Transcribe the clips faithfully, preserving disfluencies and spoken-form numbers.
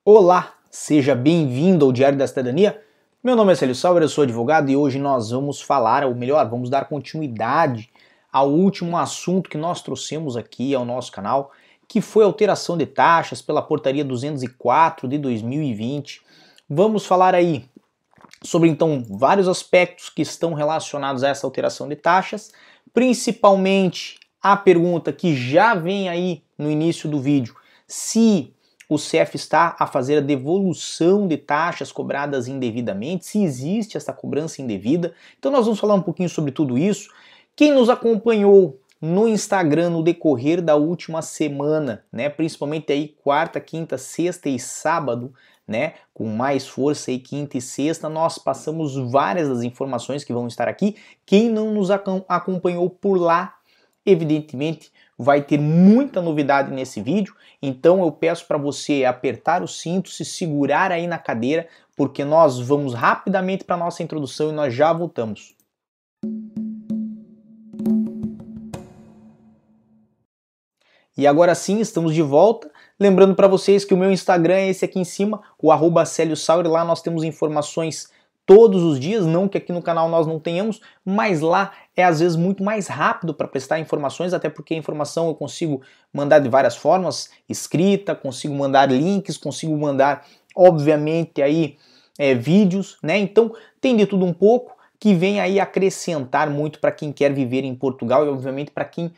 Olá, seja bem-vindo ao Diário da Cidadania. Meu nome é Célio Sauer, eu sou advogado e hoje nós vamos falar, ou melhor, vamos dar continuidade ao último assunto que nós trouxemos aqui ao nosso canal, que foi a alteração de taxas pela Portaria duzentos e quatro de dois mil e vinte. Vamos falar aí sobre então vários aspectos que estão relacionados a essa alteração de taxas, principalmente a pergunta que já vem aí no início do vídeo, se o C F está a fazer a devolução de taxas cobradas indevidamente, se existe essa cobrança indevida. Então nós vamos falar um pouquinho sobre tudo isso. Quem nos acompanhou no Instagram no decorrer da última semana, né, principalmente aí quarta, quinta, sexta e sábado, né, com mais força aí quinta e sexta, nós passamos várias das informações que vão estar aqui. Quem não nos acompanhou por lá, evidentemente, vai ter muita novidade nesse vídeo, então eu peço para você apertar o cinto, se segurar aí na cadeira, porque nós vamos rapidamente para a nossa introdução e nós já voltamos. E agora sim, estamos de volta. Lembrando para vocês que o meu Instagram é esse aqui em cima, o arroba Célio Sauer. Lá nós temos informações todos os dias, não que aqui no canal nós não tenhamos, mas lá é às vezes muito mais rápido para prestar informações, até porque a informação eu consigo mandar de várias formas, escrita, consigo mandar links, consigo mandar, obviamente, aí é, vídeos, né? Então tem de tudo um pouco que vem aí acrescentar muito para quem quer viver em Portugal e, obviamente, para quem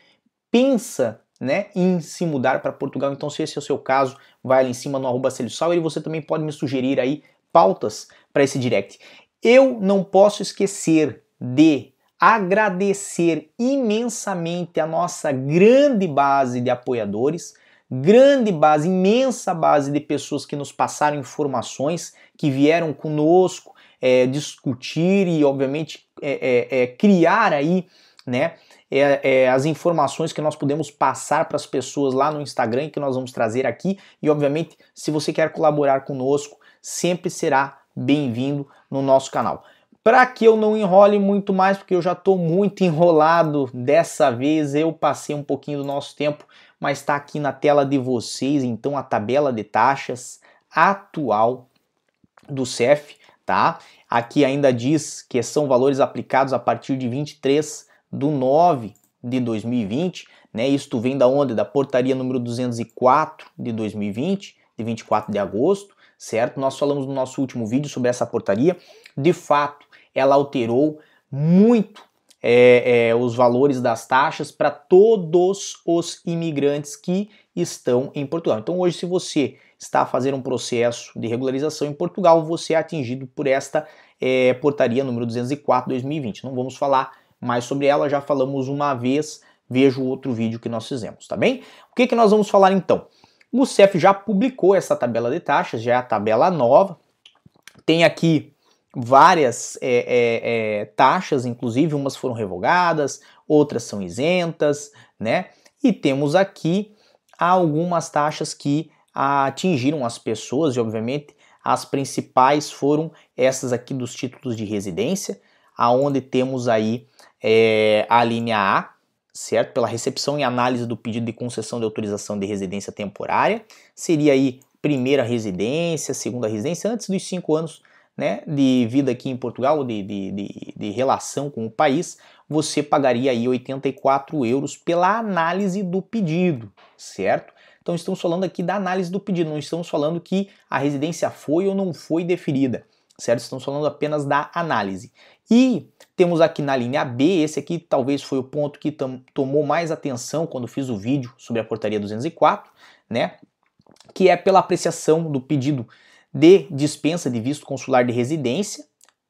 pensa, né, em se mudar para Portugal. Então, se esse é o seu caso, vai ali em cima no arroba Célio Sauer e você também pode me sugerir aí pautas para esse direct. Eu não posso esquecer de agradecer imensamente a nossa grande base de apoiadores, grande base, imensa base de pessoas que nos passaram informações, que vieram conosco é, discutir e, obviamente, é, é, é, criar aí, né, é, é, as informações que nós podemos passar para as pessoas lá no Instagram, que nós vamos trazer aqui. E, obviamente, se você quer colaborar conosco, sempre será bem-vindo no nosso canal. Para que eu não enrole muito mais, porque eu já estou muito enrolado dessa vez, eu passei um pouquinho do nosso tempo, mas está aqui na tela de vocês, então, a tabela de taxas atual do C E F, tá? Aqui ainda diz que são valores aplicados a partir de vinte e três de nove de dois mil e vinte, né? Isto vem da onde? Da portaria número duzentos e quatro de dois mil e vinte, de vinte e quatro de agosto, certo? Nós falamos no nosso último vídeo sobre essa portaria. De fato, ela alterou muito é, é, os valores das taxas para todos os imigrantes que estão em Portugal. Então hoje, se você está a fazer um processo de regularização em Portugal, você é atingido por esta é, portaria número duzentos e quatro de dois mil e vinte. Não vamos falar mais sobre ela, já falamos uma vez, veja o outro vídeo que nós fizemos, tá bem? O que, que nós vamos falar então? O C E F já publicou essa tabela de taxas, já é a tabela nova, tem aqui várias é, é, é, taxas, inclusive umas foram revogadas, outras são isentas, né? E temos aqui algumas taxas que atingiram as pessoas e, obviamente, as principais foram essas aqui dos títulos de residência, aonde temos aí é, a linha A, certo? Pela recepção e análise do pedido de concessão de autorização de residência temporária, seria aí primeira residência, segunda residência, antes dos cinco anos, né, de vida aqui em Portugal, de, de, de, de relação com o país, você pagaria aí oitenta e quatro euros pela análise do pedido, certo? Então estamos falando aqui da análise do pedido, não estamos falando que a residência foi ou não foi deferida, certo? Estamos falando apenas da análise. E temos aqui na linha B, esse aqui talvez foi o ponto que tomou mais atenção quando fiz o vídeo sobre a portaria duzentos e quatro, né? Que é pela apreciação do pedido de dispensa de visto consular de residência,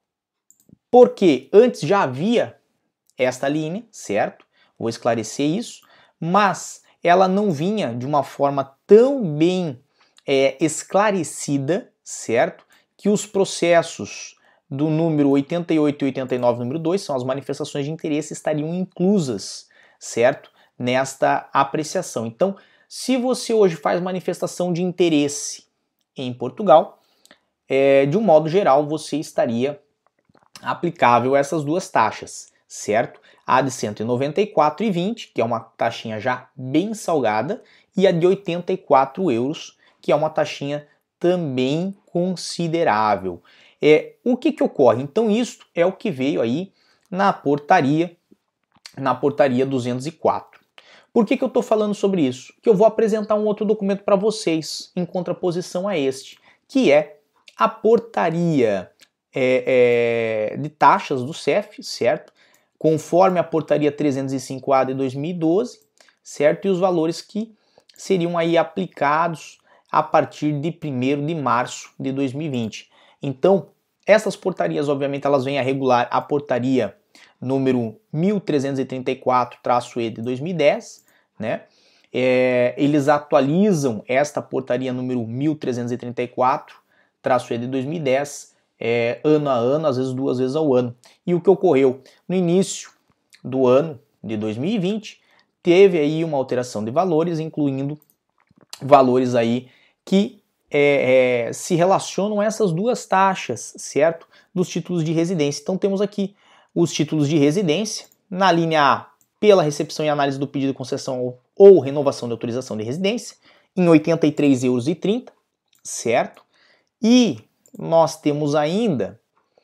porque antes já havia esta linha, certo? Vou esclarecer isso, mas ela não vinha de uma forma tão bem é, esclarecida, certo? Que os processos do número oitenta e oito e oitenta e nove, número dois, são as manifestações de interesse, estariam inclusas, certo? Nesta apreciação. Então, se você hoje faz manifestação de interesse em Portugal, é, de um modo geral, você estaria aplicável a essas duas taxas, certo? A de cento e noventa e quatro e vinte, que é uma taxinha já bem salgada, e a de oitenta e quatro euros, que é uma taxinha também considerável. É, o que que ocorre? Então isso é o que veio aí na portaria, na portaria duzentos e quatro. Por que que eu estou falando sobre isso? Que eu vou apresentar um outro documento para vocês, em contraposição a este, que é a portaria é, é, de taxas do C E F, certo? Conforme a portaria trezentos e cinco A de dois mil e doze, certo? E os valores que seriam aí aplicados a partir de primeiro de março de dois mil e vinte. Então, essas portarias, obviamente, elas vêm a regular a portaria número mil trezentos e trinta e quatro traço E de dois mil e dez, né? É, eles atualizam esta portaria número mil trezentos e trinta e quatro traço E de dois mil e dez é, ano a ano, às vezes duas vezes ao ano. E o que ocorreu? No início do ano de dois mil e vinte, teve aí uma alteração de valores, incluindo valores aí que é, é, se relacionam a essas duas taxas, certo? Dos títulos de residência. Então temos aqui os títulos de residência, na linha A, pela recepção e análise do pedido de concessão ou, ou renovação de autorização de residência, em oitenta e três euros e trinta, certo? E nós temos ainda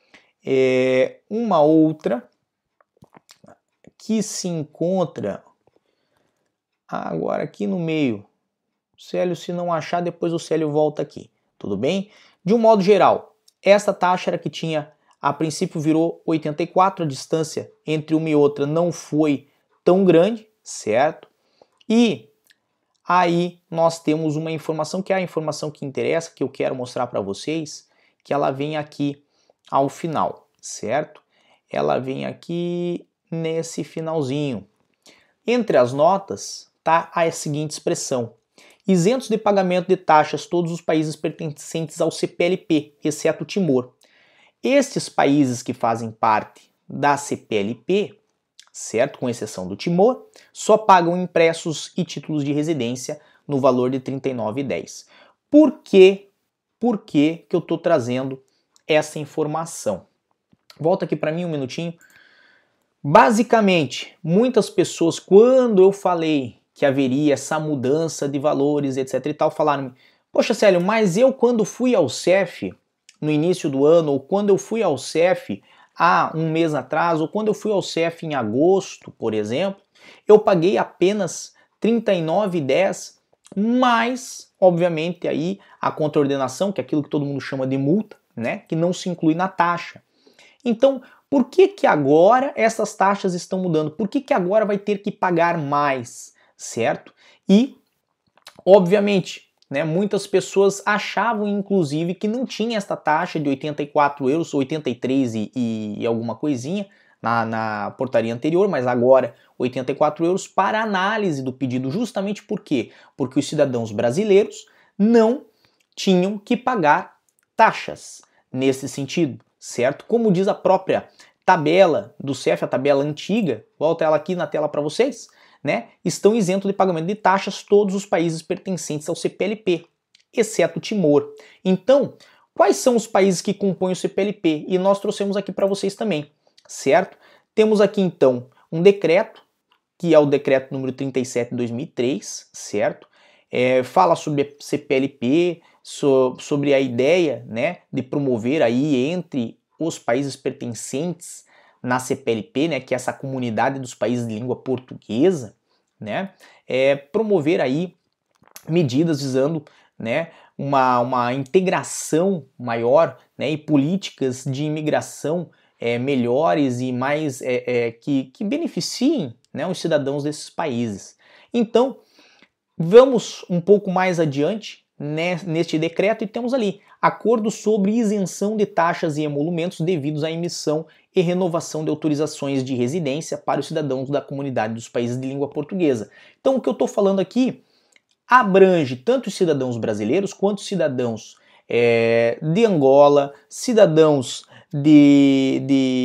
é, uma outra que se encontra agora aqui no meio. Célio, se não achar, depois o Célio volta aqui, tudo bem? De um modo geral, esta taxa era que tinha, a princípio virou oitenta e quatro, a distância entre uma e outra não foi tão grande, certo? E aí nós temos uma informação que é a informação que interessa, que eu quero mostrar para vocês, que ela vem aqui ao final, certo? Ela vem aqui nesse finalzinho. Entre as notas tá a seguinte expressão: isentos de pagamento de taxas todos os países pertencentes ao C P L P, exceto Timor. Estes países que fazem parte da C P L P, certo, com exceção do Timor, só pagam impressos e títulos de residência no valor de trinta e nove reais e dez centavos. Por quê? Por que que eu estou trazendo essa informação? Volta aqui para mim um minutinho. Basicamente, muitas pessoas, quando eu falei que haveria essa mudança de valores, etc e tal, falaram: poxa, Célio, mas eu quando fui ao C E F no início do ano, ou quando eu fui ao C E F há um mês atrás, ou quando eu fui ao C E F em agosto, por exemplo, eu paguei apenas trinta e nove reais e dez centavos, mais, obviamente, aí a contraordenação, que é aquilo que todo mundo chama de multa, né, que não se inclui na taxa. Então, por que que agora essas taxas estão mudando? Por que que agora vai ter que pagar mais, certo? E, obviamente, né, muitas pessoas achavam, inclusive, que não tinha esta taxa de oitenta e quatro euros, oitenta e três e, e, e alguma coisinha na, na portaria anterior, mas agora oitenta e quatro euros para análise do pedido. Justamente por quê? Porque os cidadãos brasileiros não tinham que pagar taxas nesse sentido, certo? Como diz a própria tabela do C E F, a tabela antiga, volta ela aqui na tela para vocês, né? Estão isentos de pagamento de taxas todos os países pertencentes ao C P L P, exceto Timor. Então, quais são os países que compõem o C P L P? E nós trouxemos aqui para vocês também, certo? Temos aqui então um decreto, que é o decreto número trinta e sete de dois mil e três, certo? É, fala sobre C P L P, so, sobre a ideia, né, de promover aí entre os países pertencentes na C P L P, né, que é essa comunidade dos países de língua portuguesa, né, é promover aí medidas visando, né, uma, uma integração maior, né, e políticas de imigração é, melhores e mais é, é, que, que beneficiem, né, os cidadãos desses países. Então, vamos um pouco mais adiante, né, neste decreto, e temos ali acordo sobre isenção de taxas e emolumentos devidos à emissão e renovação de autorizações de residência para os cidadãos da comunidade dos países de língua portuguesa. Então o que eu estou falando aqui abrange tanto os cidadãos brasileiros quanto os cidadãos é, de Angola, cidadãos de,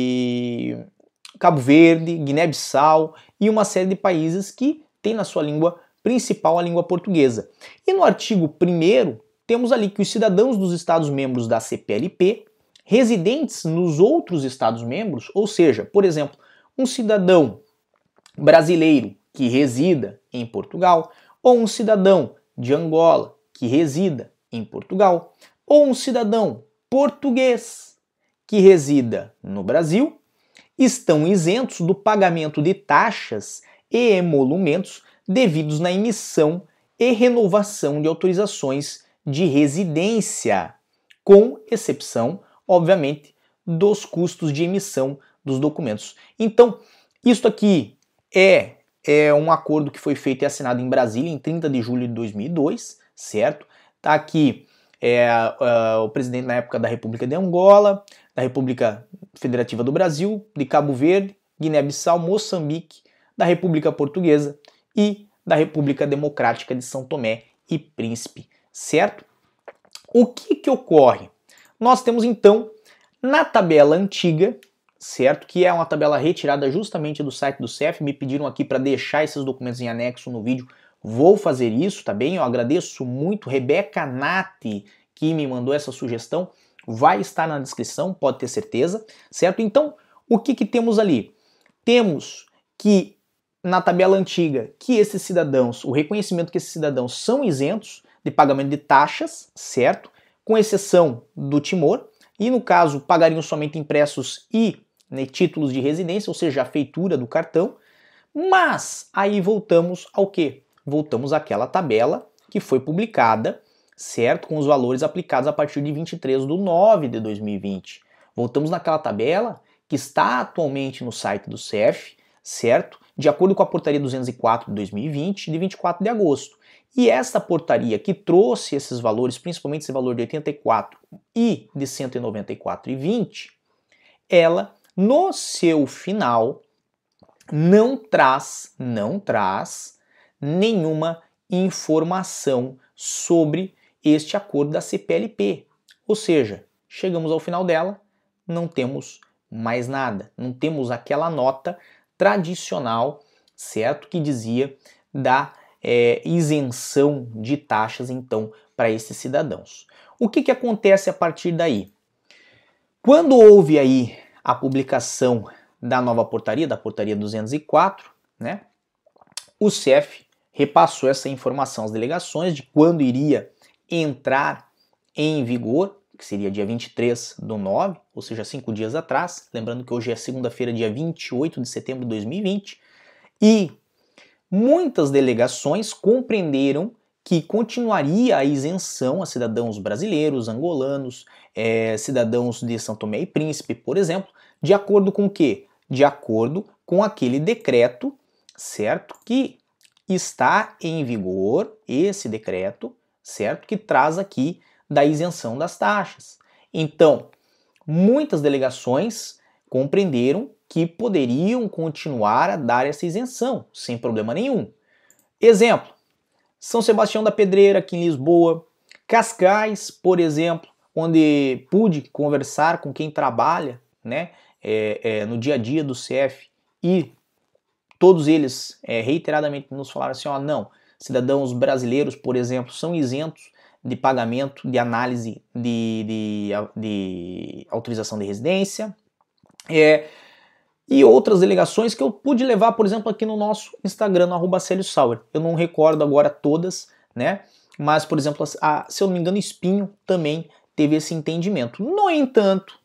de Cabo Verde, Guiné-Bissau e uma série de países que têm na sua língua principal a língua portuguesa. E no artigo primeiro temos ali que os cidadãos dos Estados-membros da C P L P, residentes nos outros Estados-membros, ou seja, por exemplo, um cidadão brasileiro que resida em Portugal, ou um cidadão de Angola que resida em Portugal, ou um cidadão português que resida no Brasil, estão isentos do pagamento de taxas e emolumentos devidos na emissão e renovação de autorizações de residência, com exceção, obviamente, dos custos de emissão dos documentos. Então, isso aqui é, é um acordo que foi feito e assinado em Brasília em trinta de julho de dois mil e dois, certo? Tá aqui é, é, o presidente na época da República de Angola, da República Federativa do Brasil, de Cabo Verde, Guiné-Bissau, Moçambique, da República Portuguesa e da República Democrática de São Tomé e Príncipe, certo? O que que ocorre? Nós temos então na tabela antiga, certo? Que é uma tabela retirada justamente do site do C E F, me pediram aqui para deixar esses documentos em anexo no vídeo, vou fazer isso, tá bem? Eu agradeço muito, Rebeca Nati, que me mandou essa sugestão, vai estar na descrição, pode ter certeza, certo? Então, o que que temos ali? Temos que, na tabela antiga, que esses cidadãos, o reconhecimento que esses cidadãos são isentos de pagamento de taxas, certo? Com exceção do Timor, e no caso, pagariam somente impressos e né, títulos de residência, ou seja, a feitura do cartão, mas aí voltamos ao quê? Voltamos àquela tabela que foi publicada, certo? Com os valores aplicados a partir de vinte e três de nove de dois mil e vinte. Voltamos naquela tabela que está atualmente no site do C E F, certo? De acordo com a portaria duzentos e quatro de dois mil e vinte, de vinte e quatro de agosto. E essa portaria que trouxe esses valores, principalmente esse valor de oitenta e quatro e de cento e noventa e quatro e vinte, ela, no seu final, não traz, não traz nenhuma informação sobre este acordo da C P L P. Ou seja, chegamos ao final dela, não temos mais nada, não temos aquela nota tradicional, certo, que dizia da é, isenção de taxas, então, para esses cidadãos. O que que acontece a partir daí? Quando houve aí a publicação da nova portaria, da portaria duzentos e quatro, né, o C E F repassou essa informação às delegações de quando iria entrar em vigor, que seria dia vinte e três do nove, ou seja, cinco dias atrás, lembrando que hoje é segunda-feira, dia vinte e oito de setembro de dois mil e vinte, e muitas delegações compreenderam que continuaria a isenção a cidadãos brasileiros, angolanos, é, cidadãos de São Tomé e Príncipe, por exemplo, de acordo com o quê? De acordo com aquele decreto, certo? Que está em vigor, esse decreto, certo? Que traz aqui da isenção das taxas. Então, muitas delegações compreenderam que poderiam continuar a dar essa isenção, sem problema nenhum. Exemplo, São Sebastião da Pedreira, aqui em Lisboa, Cascais, por exemplo, onde pude conversar com quem trabalha, né, é, é, no dia a dia do C E F, e todos eles é, reiteradamente nos falaram assim, ó, não, cidadãos brasileiros, por exemplo, são isentos de pagamento de análise de, de, de autorização de residência, é, e outras delegações que eu pude levar, por exemplo, aqui no nosso Instagram, no arroba Célio Sauer. Eu não recordo agora todas, né? Mas, por exemplo, a, se eu não me engano, Espinho também teve esse entendimento. No entanto,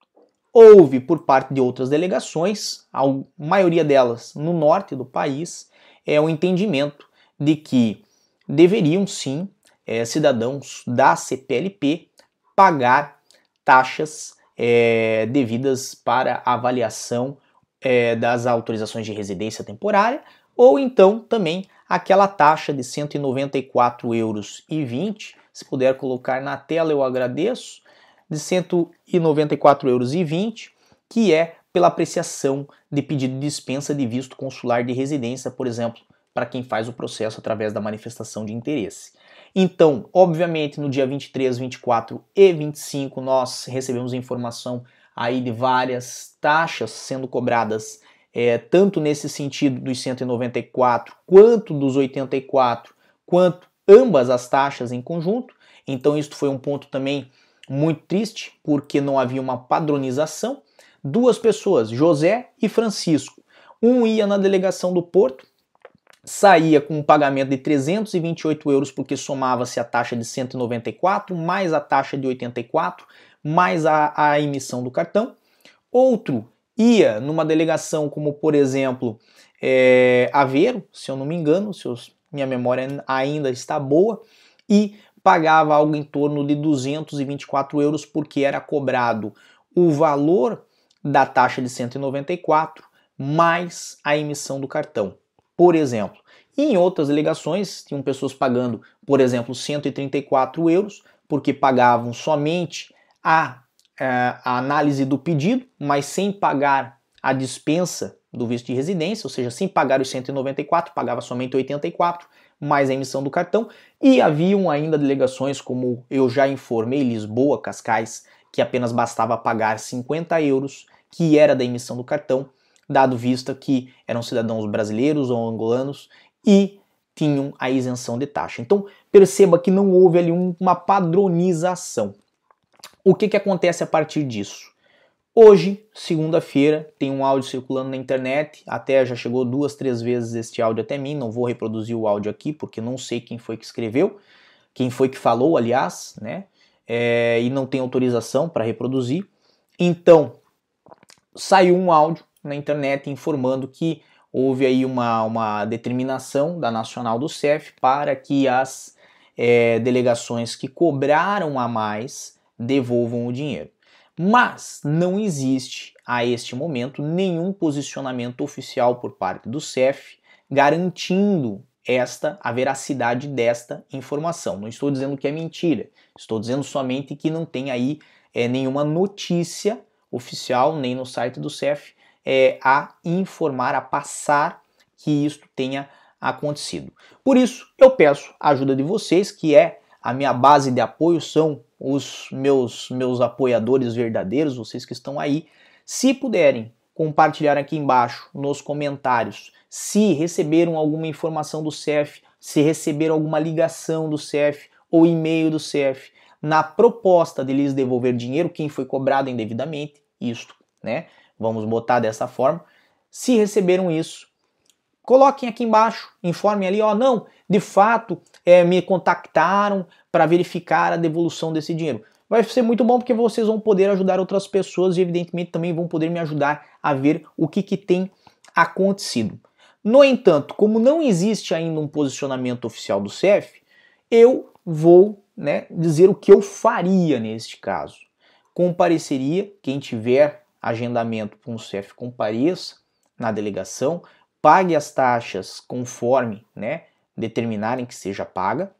houve por parte de outras delegações, a maioria delas no norte do país, é o entendimento de que deveriam sim é, cidadãos da C P L P pagar taxas é, devidas para avaliação é, das autorizações de residência temporária, ou então também aquela taxa de cento e noventa e quatro euros e vinte, se puder colocar na tela eu agradeço, de cento e noventa e quatro euros e vinte, que é pela apreciação de pedido de dispensa de visto consular de residência, por exemplo, para quem faz o processo através da manifestação de interesse. Então, obviamente, no dia vinte e três, vinte e quatro e vinte e cinco nós recebemos informação aí de várias taxas sendo cobradas, é, tanto nesse sentido dos cento e noventa e quatro quanto dos oitenta e quatro, quanto ambas as taxas em conjunto. Então isso foi um ponto também muito triste, porque não havia uma padronização. Duas pessoas, José e Francisco, um ia na delegação do Porto, saía com um pagamento de trezentos e vinte e oito euros, porque somava-se a taxa de cento e noventa e quatro, mais a taxa de oitenta e quatro, mais a, a emissão do cartão. Outro ia numa delegação como, por exemplo, é, Aveiro, se eu não me engano, se eu, minha memória ainda está boa, e pagava algo em torno de duzentos e vinte e quatro euros, porque era cobrado o valor da taxa de cento e noventa e quatro mais a emissão do cartão, por exemplo. E em outras delegações, tinham pessoas pagando, por exemplo, cento e trinta e quatro euros, porque pagavam somente a, a análise do pedido, mas sem pagar a dispensa do visto de residência, ou seja, sem pagar os cento e noventa e quatro, pagava somente oitenta e quatro, mais a emissão do cartão. E haviam ainda delegações, como eu já informei, Lisboa, Cascais, que apenas bastava pagar cinquenta euros, que era da emissão do cartão, dado vista que eram cidadãos brasileiros ou angolanos e tinham a isenção de taxa. Então perceba que não houve ali uma padronização. O que, que acontece a partir disso? Hoje, segunda-feira, tem um áudio circulando na internet, até já chegou duas, três vezes este áudio até mim, não vou reproduzir o áudio aqui, porque não sei quem foi que escreveu, quem foi que falou, aliás, né? É, e não tem autorização para reproduzir. Então, saiu um áudio na internet informando que houve aí uma, uma determinação da Nacional do C E F para que as é, delegações que cobraram a mais devolvam o dinheiro. Mas não existe, a este momento, nenhum posicionamento oficial por parte do C E F garantindo esta, a veracidade desta informação. Não estou dizendo que é mentira, estou dizendo somente que não tem aí é, nenhuma notícia oficial, nem no site do C E F, é, a informar, a passar que isto tenha acontecido. Por isso, eu peço a ajuda de vocês, que é a minha base de apoio, são os meus, meus apoiadores verdadeiros, vocês que estão aí. Se puderem compartilhar aqui embaixo nos comentários se receberam alguma informação do C E F, se receberam alguma ligação do C E F ou e-mail do C E F na proposta de lhes devolver dinheiro, quem foi cobrado indevidamente, isto, né? Vamos botar dessa forma. Se receberam isso, coloquem aqui embaixo, informem ali, ó, não, de fato, é, me contactaram para verificar a devolução desse dinheiro. Vai ser muito bom porque vocês vão poder ajudar outras pessoas e evidentemente também vão poder me ajudar a ver o que, que tem acontecido. No entanto, como não existe ainda um posicionamento oficial do C E F, eu vou, né, dizer o que eu faria neste caso. Compareceria, quem tiver agendamento com o C E F compareça na delegação, pague as taxas conforme, né, determinarem que seja paga,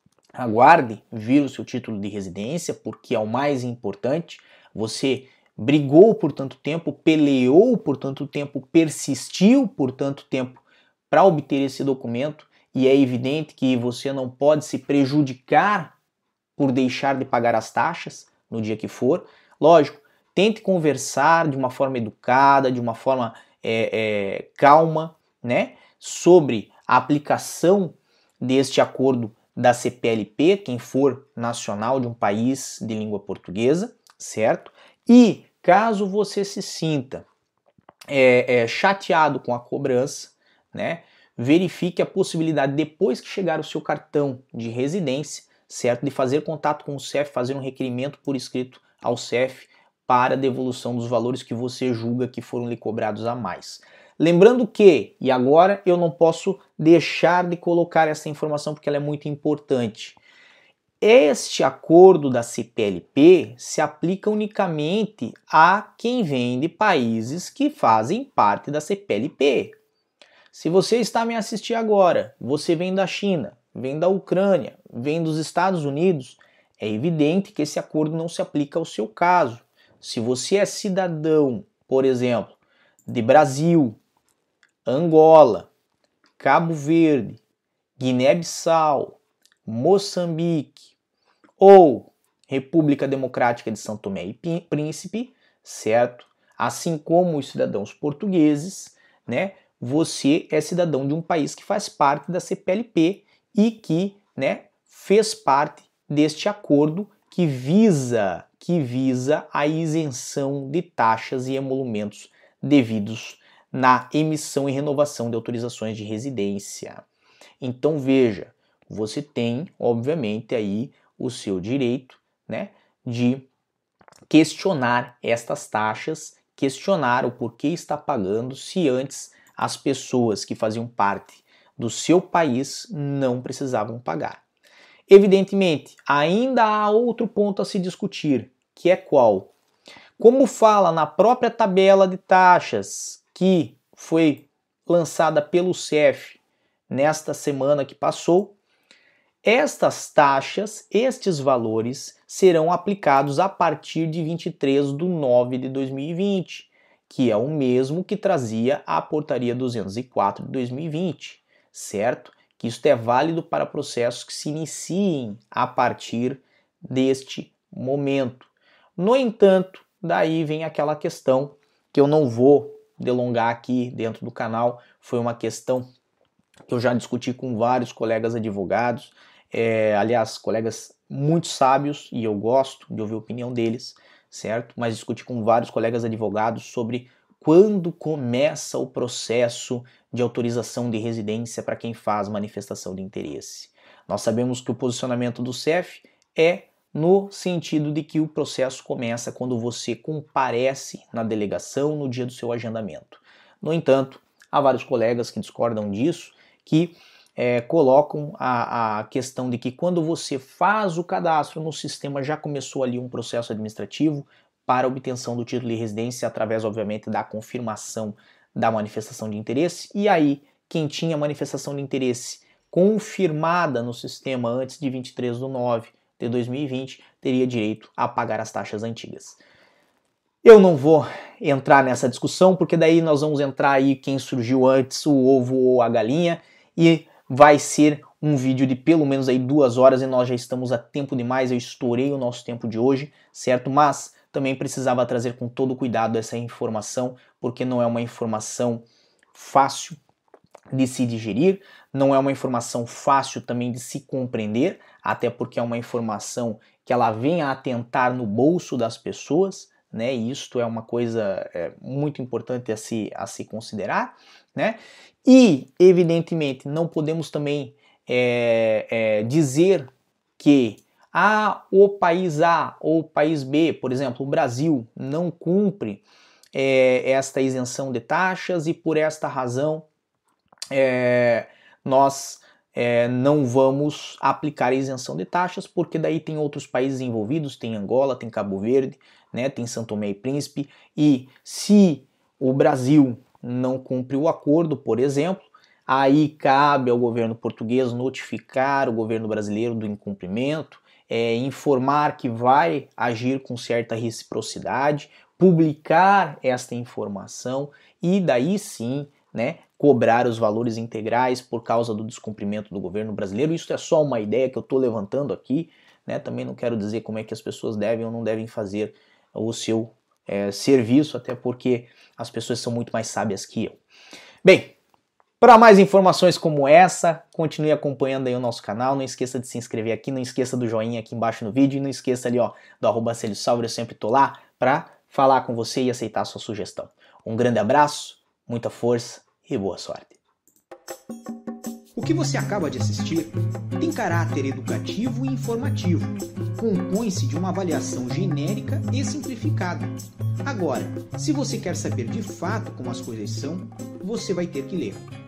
aguarde vir o seu título de residência, porque é o mais importante. Você brigou por tanto tempo, peleou por tanto tempo, persistiu por tanto tempo para obter esse documento, e é evidente que você não pode se prejudicar por deixar de pagar as taxas no dia que for. Lógico, tente conversar de uma forma educada, de uma forma é, é, calma, né, sobre a aplicação deste acordo da C P L P, quem for nacional de um país de língua portuguesa, certo? E caso você se sinta é, é, chateado com a cobrança, né, verifique a possibilidade, depois que chegar o seu cartão de residência, certo, de fazer contato com o C E F, fazer um requerimento por escrito ao C E F para devolução dos valores que você julga que foram lhe cobrados a mais. Lembrando que, e agora eu não posso deixar de colocar essa informação porque ela é muito importante, este acordo da C P L P se aplica unicamente a quem vem de países que fazem parte da C P L P. Se você está me assistindo agora, você vem da China, vem da Ucrânia, vem dos Estados Unidos, é evidente que esse acordo não se aplica ao seu caso. Se você é cidadão, por exemplo, de Brasil, Angola, Cabo Verde, Guiné-Bissau, Moçambique ou República Democrática de São Tomé e Príncipe, certo? Assim como os cidadãos portugueses, né? Você é cidadão de um país que faz parte da C P L P e que, né, fez parte deste acordo que visa, que visa a isenção de taxas e emolumentos devidos na emissão e renovação de autorizações de residência. Então veja, você tem, obviamente, aí o seu direito, né, de questionar estas taxas, questionar o porquê está pagando se antes as pessoas que faziam parte do seu país não precisavam pagar. Evidentemente, ainda há outro ponto a se discutir, que é qual? Como fala na própria tabela de taxas que foi lançada pelo C E F nesta semana que passou, estas taxas, estes valores, serão aplicados a partir de vinte e três de nove de dois mil e vinte, que é o mesmo que trazia a portaria duzentos e quatro de dois mil e vinte, certo? Que isto é válido para processos que se iniciem a partir deste momento. No entanto, daí vem aquela questão que eu não vou delongar aqui dentro do canal, foi uma questão que eu já discuti com vários colegas advogados, é, aliás, colegas muito sábios, e eu gosto de ouvir a opinião deles, certo? Mas discuti com vários colegas advogados sobre quando começa o processo de autorização de residência para quem faz manifestação de interesse. Nós sabemos que o posicionamento do C E F é no sentido de que o processo começa quando você comparece na delegação no dia do seu agendamento. No entanto, há vários colegas que discordam disso, que é, colocam a, a questão de que quando você faz o cadastro no sistema já começou ali um processo administrativo para obtenção do título de residência através, obviamente, da confirmação da manifestação de interesse, e aí quem tinha manifestação de interesse confirmada no sistema antes de vinte e três de nove de dois mil e vinte teria direito a pagar as taxas antigas. Eu não vou entrar nessa discussão, porque daí nós vamos entrar aí quem surgiu antes, o ovo ou a galinha, e vai ser um vídeo de pelo menos aí duas horas e nós já estamos a tempo demais, eu estourei o nosso tempo de hoje, certo? Mas também precisava trazer com todo cuidado essa informação, porque não é uma informação fácil de se digerir, não é uma informação fácil também de se compreender, até porque é uma informação que ela vem a atentar no bolso das pessoas, né? E isto é uma coisa é, muito importante a se, a se considerar, né? E, evidentemente, não podemos também é, é, dizer que ah, o país A ou o país B, por exemplo, o Brasil, não cumpre é, esta isenção de taxas e por esta razão é, nós é, não vamos aplicar a isenção de taxas, porque daí tem outros países envolvidos, tem Angola, tem Cabo Verde, né, tem São Tomé e Príncipe, e se o Brasil não cumpre o acordo, por exemplo, aí cabe ao governo português notificar o governo brasileiro do incumprimento, é, informar que vai agir com certa reciprocidade, publicar esta informação e daí sim, né, cobrar os valores integrais por causa do descumprimento do governo brasileiro. Isso é só uma ideia que eu estou levantando aqui, né? Também não quero dizer como é que as pessoas devem ou não devem fazer o seu é, serviço, até porque as pessoas são muito mais sábias que eu. Bem, para mais informações como essa, continue acompanhando aí o nosso canal, não esqueça de se inscrever aqui, não esqueça do joinha aqui embaixo no vídeo e não esqueça ali ó, do arroba Célio Sauer, eu sempre tô lá para falar com você e aceitar a sua sugestão. Um grande abraço, muita força e boa sorte. O que você acaba de assistir tem caráter educativo e informativo. Compõe-se de uma avaliação genérica e simplificada. Agora, se você quer saber de fato como as coisas são, você vai ter que ler.